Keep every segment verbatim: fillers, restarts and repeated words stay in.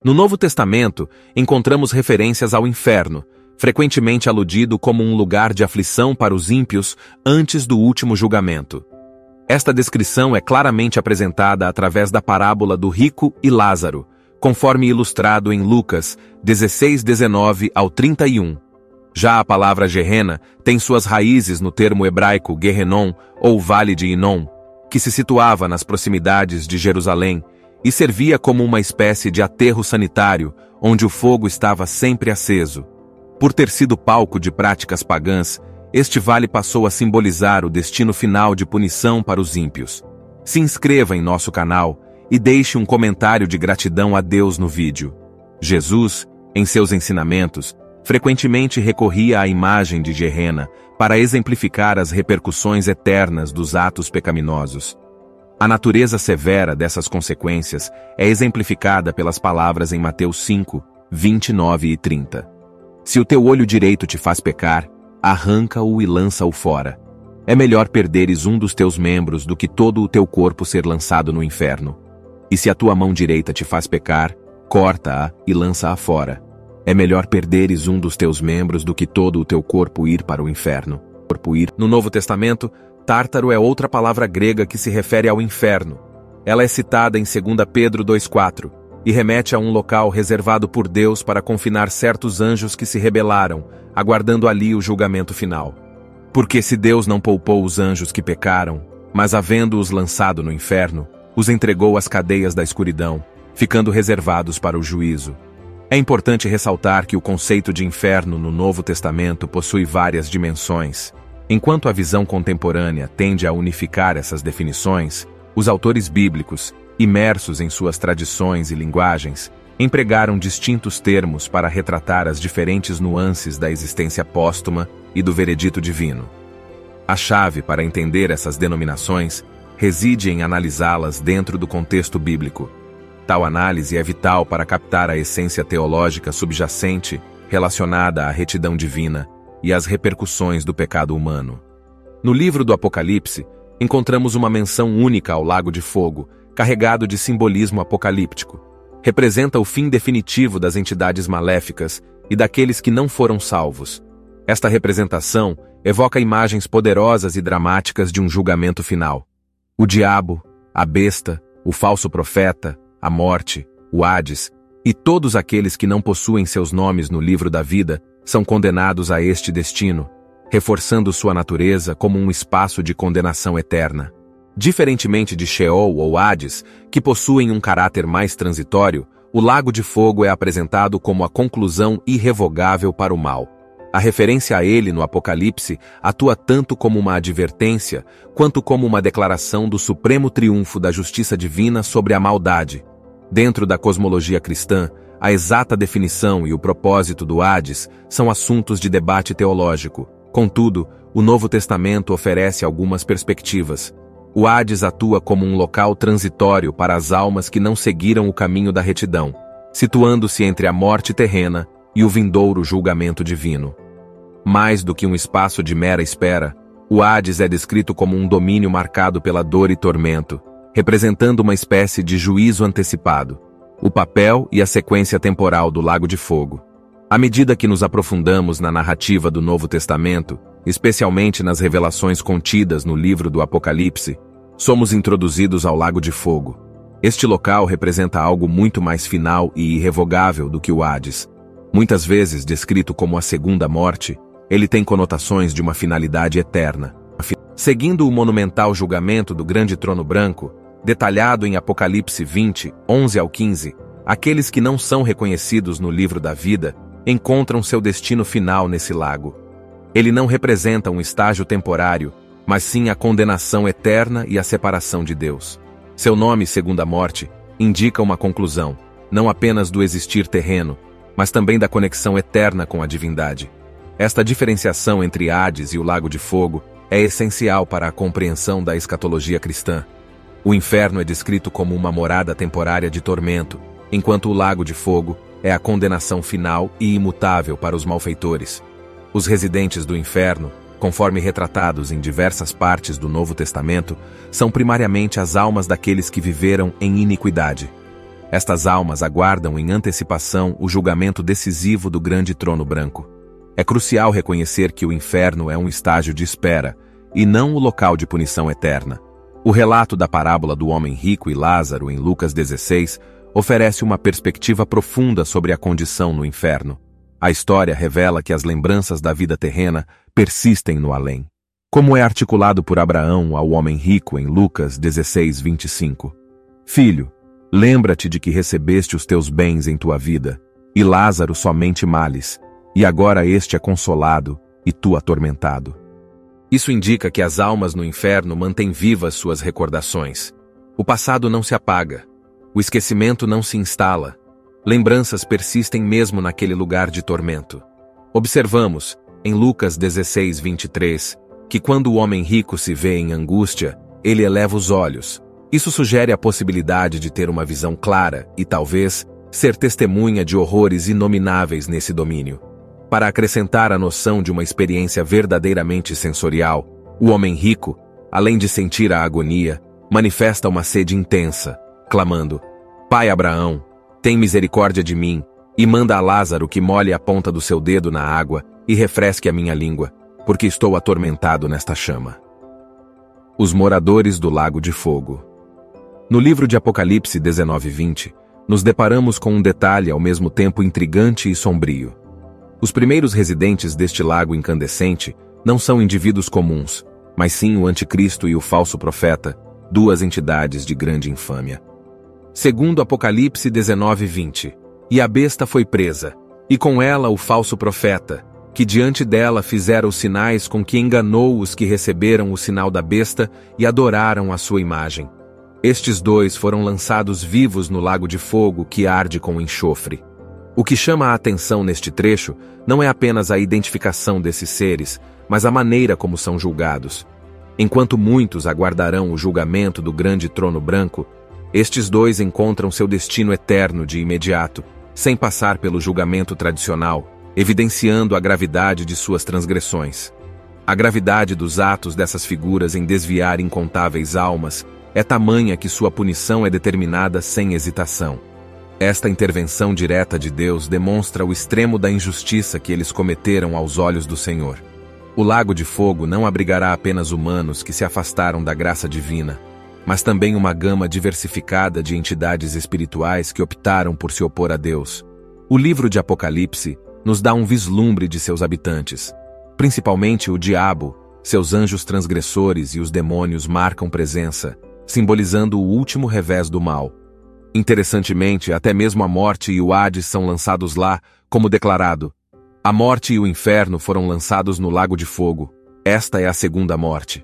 No Novo Testamento, encontramos referências ao inferno, frequentemente aludido como um lugar de aflição para os ímpios antes do último julgamento. Esta descrição é claramente apresentada através da parábola do rico e Lázaro, conforme ilustrado em Lucas dezesseis, dezenove ao trinta e um. Já a palavra Gehenna tem suas raízes no termo hebraico Gehenom, ou Vale de Inom, que se situava nas proximidades de Jerusalém e servia como uma espécie de aterro sanitário, onde o fogo estava sempre aceso. Por ter sido palco de práticas pagãs, este vale passou a simbolizar o destino final de punição para os ímpios. Se inscreva em nosso canal e deixe um comentário de gratidão a Deus no vídeo. Jesus, em seus ensinamentos, frequentemente recorria à imagem de Gehenna para exemplificar as repercussões eternas dos atos pecaminosos. A natureza severa dessas consequências é exemplificada pelas palavras em Mateus cinco, vinte e nove e trinta. Se o teu olho direito te faz pecar, arranca-o e lança-o fora. É melhor perderes um dos teus membros do que todo o teu corpo ser lançado no inferno. E se a tua mão direita te faz pecar, corta-a e lança-a fora. É melhor perderes um dos teus membros do que todo o teu corpo ir para o inferno. No Novo Testamento, Tártaro é outra palavra grega que se refere ao inferno. Ela é citada em dois Pedro dois, quatro, e remete a um local reservado por Deus para confinar certos anjos que se rebelaram, aguardando ali o julgamento final. Porque se Deus não poupou os anjos que pecaram, mas havendo-os lançado no inferno, os entregou às cadeias da escuridão, ficando reservados para o juízo. É importante ressaltar que o conceito de inferno no Novo Testamento possui várias dimensões. Enquanto a visão contemporânea tende a unificar essas definições, os autores bíblicos, imersos em suas tradições e linguagens, empregaram distintos termos para retratar as diferentes nuances da existência póstuma e do veredito divino. A chave para entender essas denominações reside em analisá-las dentro do contexto bíblico. Tal análise é vital para captar a essência teológica subjacente relacionada à retidão divina e às repercussões do pecado humano. No livro do Apocalipse, encontramos uma menção única ao lago de fogo, carregado de simbolismo apocalíptico. Representa o fim definitivo das entidades maléficas e daqueles que não foram salvos. Esta representação evoca imagens poderosas e dramáticas de um julgamento final. O diabo, a besta, o falso profeta, a morte, o Hades, e todos aqueles que não possuem seus nomes no livro da vida são condenados a este destino, reforçando sua natureza como um espaço de condenação eterna. Diferentemente de Sheol ou Hades, que possuem um caráter mais transitório, o lago de fogo é apresentado como a conclusão irrevogável para o mal. A referência a ele no Apocalipse atua tanto como uma advertência, quanto como uma declaração do supremo triunfo da justiça divina sobre a maldade. Dentro da cosmologia cristã, a exata definição e o propósito do Hades são assuntos de debate teológico. Contudo, o Novo Testamento oferece algumas perspectivas. O Hades atua como um local transitório para as almas que não seguiram o caminho da retidão, situando-se entre a morte terrena e o vindouro julgamento divino. Mais do que um espaço de mera espera, o Hades é descrito como um domínio marcado pela dor e tormento, representando uma espécie de juízo antecipado, o papel e a sequência temporal do Lago de Fogo. À medida que nos aprofundamos na narrativa do Novo Testamento, especialmente nas revelações contidas no livro do Apocalipse, somos introduzidos ao Lago de Fogo. Este local representa algo muito mais final e irrevogável do que o Hades. Muitas vezes descrito como a segunda morte, ele tem conotações de uma finalidade eterna. Seguindo o monumental julgamento do grande trono branco, detalhado em Apocalipse vinte, onze ao quinze, aqueles que não são reconhecidos no livro da vida encontram seu destino final nesse lago. Ele não representa um estágio temporário, mas sim a condenação eterna e a separação de Deus. Seu nome, segunda morte, indica uma conclusão, não apenas do existir terreno, mas também da conexão eterna com a divindade. Esta diferenciação entre Hades e o Lago de Fogo é essencial para a compreensão da escatologia cristã. O inferno é descrito como uma morada temporária de tormento, enquanto o Lago de Fogo é a condenação final e imutável para os malfeitores. Os residentes do inferno, conforme retratados em diversas partes do Novo Testamento, são primariamente as almas daqueles que viveram em iniquidade. Estas almas aguardam em antecipação o julgamento decisivo do grande trono branco. É crucial reconhecer que o inferno é um estágio de espera, e não o local de punição eterna. O relato da parábola do homem rico e Lázaro, em Lucas dezesseis, oferece uma perspectiva profunda sobre a condição no inferno. A história revela que as lembranças da vida terrena persistem no além. Como é articulado por Abraão ao homem rico em Lucas dezesseis, vinte e cinco. Filho, lembra-te de que recebeste os teus bens em tua vida, e Lázaro somente males, e agora este é consolado, e tu atormentado. Isso indica que as almas no inferno mantêm vivas suas recordações. O passado não se apaga. O esquecimento não se instala. Lembranças persistem mesmo naquele lugar de tormento. Observamos, em Lucas dezesseis, vinte e três, que quando o homem rico se vê em angústia, ele eleva os olhos. Isso sugere a possibilidade de ter uma visão clara e, talvez, ser testemunha de horrores inomináveis nesse domínio. Para acrescentar a noção de uma experiência verdadeiramente sensorial, o homem rico, além de sentir a agonia, manifesta uma sede intensa, clamando: Pai Abraão, tem misericórdia de mim, e manda a Lázaro que molhe a ponta do seu dedo na água e refresque a minha língua, porque estou atormentado nesta chama. Os moradores do Lago de Fogo. No livro de Apocalipse dezenove, vinte, nos deparamos com um detalhe ao mesmo tempo intrigante e sombrio. Os primeiros residentes deste lago incandescente não são indivíduos comuns, mas sim o anticristo e o falso profeta, duas entidades de grande infâmia. Segundo Apocalipse dezenove, vinte, e a besta foi presa, e com ela o falso profeta, que diante dela fizera os sinais com que enganou os que receberam o sinal da besta e adoraram a sua imagem. Estes dois foram lançados vivos no lago de fogo que arde com enxofre. O que chama a atenção neste trecho não é apenas a identificação desses seres, mas a maneira como são julgados. Enquanto muitos aguardarão o julgamento do grande trono branco, estes dois encontram seu destino eterno de imediato, sem passar pelo julgamento tradicional, evidenciando a gravidade de suas transgressões. A gravidade dos atos dessas figuras em desviar incontáveis almas é tamanha que sua punição é determinada sem hesitação. Esta intervenção direta de Deus demonstra o extremo da injustiça que eles cometeram aos olhos do Senhor. O lago de fogo não abrigará apenas humanos que se afastaram da graça divina, mas também uma gama diversificada de entidades espirituais que optaram por se opor a Deus. O livro de Apocalipse nos dá um vislumbre de seus habitantes. Principalmente o diabo, seus anjos transgressores e os demônios marcam presença, simbolizando o último revés do mal. Interessantemente, até mesmo a morte e o Hades são lançados lá, como declarado: a morte e o inferno foram lançados no lago de fogo. Esta é a segunda morte.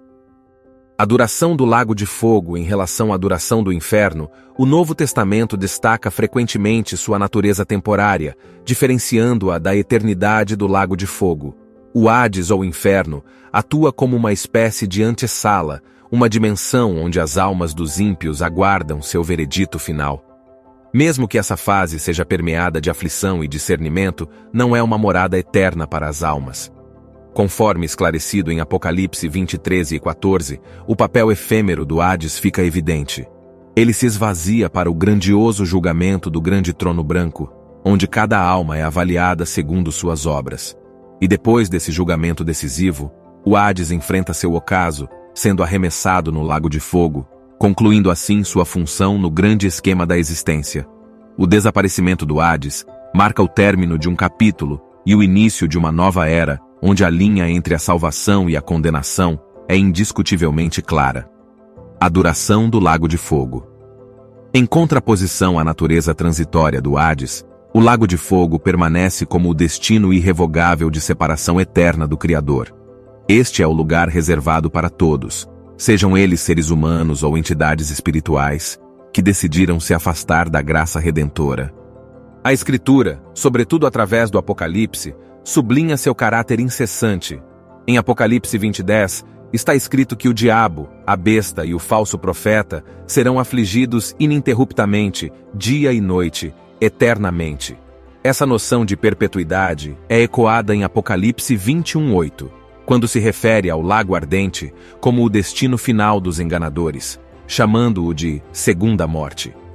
A duração do lago de fogo em relação à duração do inferno, o Novo Testamento destaca frequentemente sua natureza temporária, diferenciando-a da eternidade do lago de fogo. O Hades ou inferno atua como uma espécie de antessala, uma dimensão onde as almas dos ímpios aguardam seu veredito final. Mesmo que essa fase seja permeada de aflição e discernimento, não é uma morada eterna para as almas. Conforme esclarecido em Apocalipse vinte, treze e quatorze, o papel efêmero do Hades fica evidente. Ele se esvazia para o grandioso julgamento do grande trono branco, onde cada alma é avaliada segundo suas obras. E depois desse julgamento decisivo, o Hades enfrenta seu ocaso, sendo arremessado no lago de fogo, concluindo assim sua função no grande esquema da existência. O desaparecimento do Hades marca o término de um capítulo e o início de uma nova era, onde a linha entre a salvação e a condenação é indiscutivelmente clara. A duração do lago de fogo. Em contraposição à natureza transitória do Hades, o lago de fogo permanece como o destino irrevogável de separação eterna do Criador. Este é o lugar reservado para todos, sejam eles seres humanos ou entidades espirituais, que decidiram se afastar da graça redentora. A Escritura, sobretudo através do Apocalipse, sublinha seu caráter incessante. Em Apocalipse vinte, dez, está escrito que o diabo, a besta e o falso profeta serão afligidos ininterruptamente, dia e noite, eternamente. Essa noção de perpetuidade é ecoada em Apocalipse vinte e um, oito, quando se refere ao lago ardente como o destino final dos enganadores, chamando-o de segunda morte.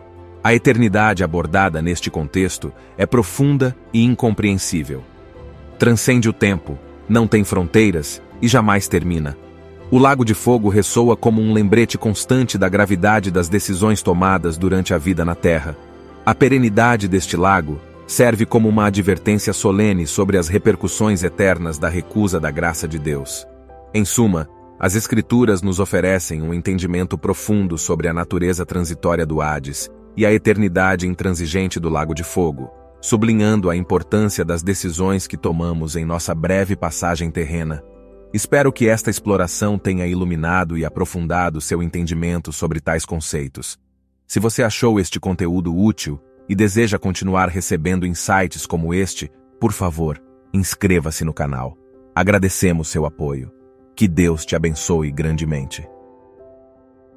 A eternidade abordada neste contexto é profunda e incompreensível. Transcende o tempo, não tem fronteiras e jamais termina. O Lago de Fogo ressoa como um lembrete constante da gravidade das decisões tomadas durante a vida na Terra. A perenidade deste lago serve como uma advertência solene sobre as repercussões eternas da recusa da graça de Deus. Em suma, as Escrituras nos oferecem um entendimento profundo sobre a natureza transitória do Hades e a eternidade intransigente do Lago de Fogo, sublinhando a importância das decisões que tomamos em nossa breve passagem terrena. Espero que esta exploração tenha iluminado e aprofundado seu entendimento sobre tais conceitos. Se você achou este conteúdo útil e deseja continuar recebendo insights como este, por favor, inscreva-se no canal. Agradecemos seu apoio. Que Deus te abençoe grandemente.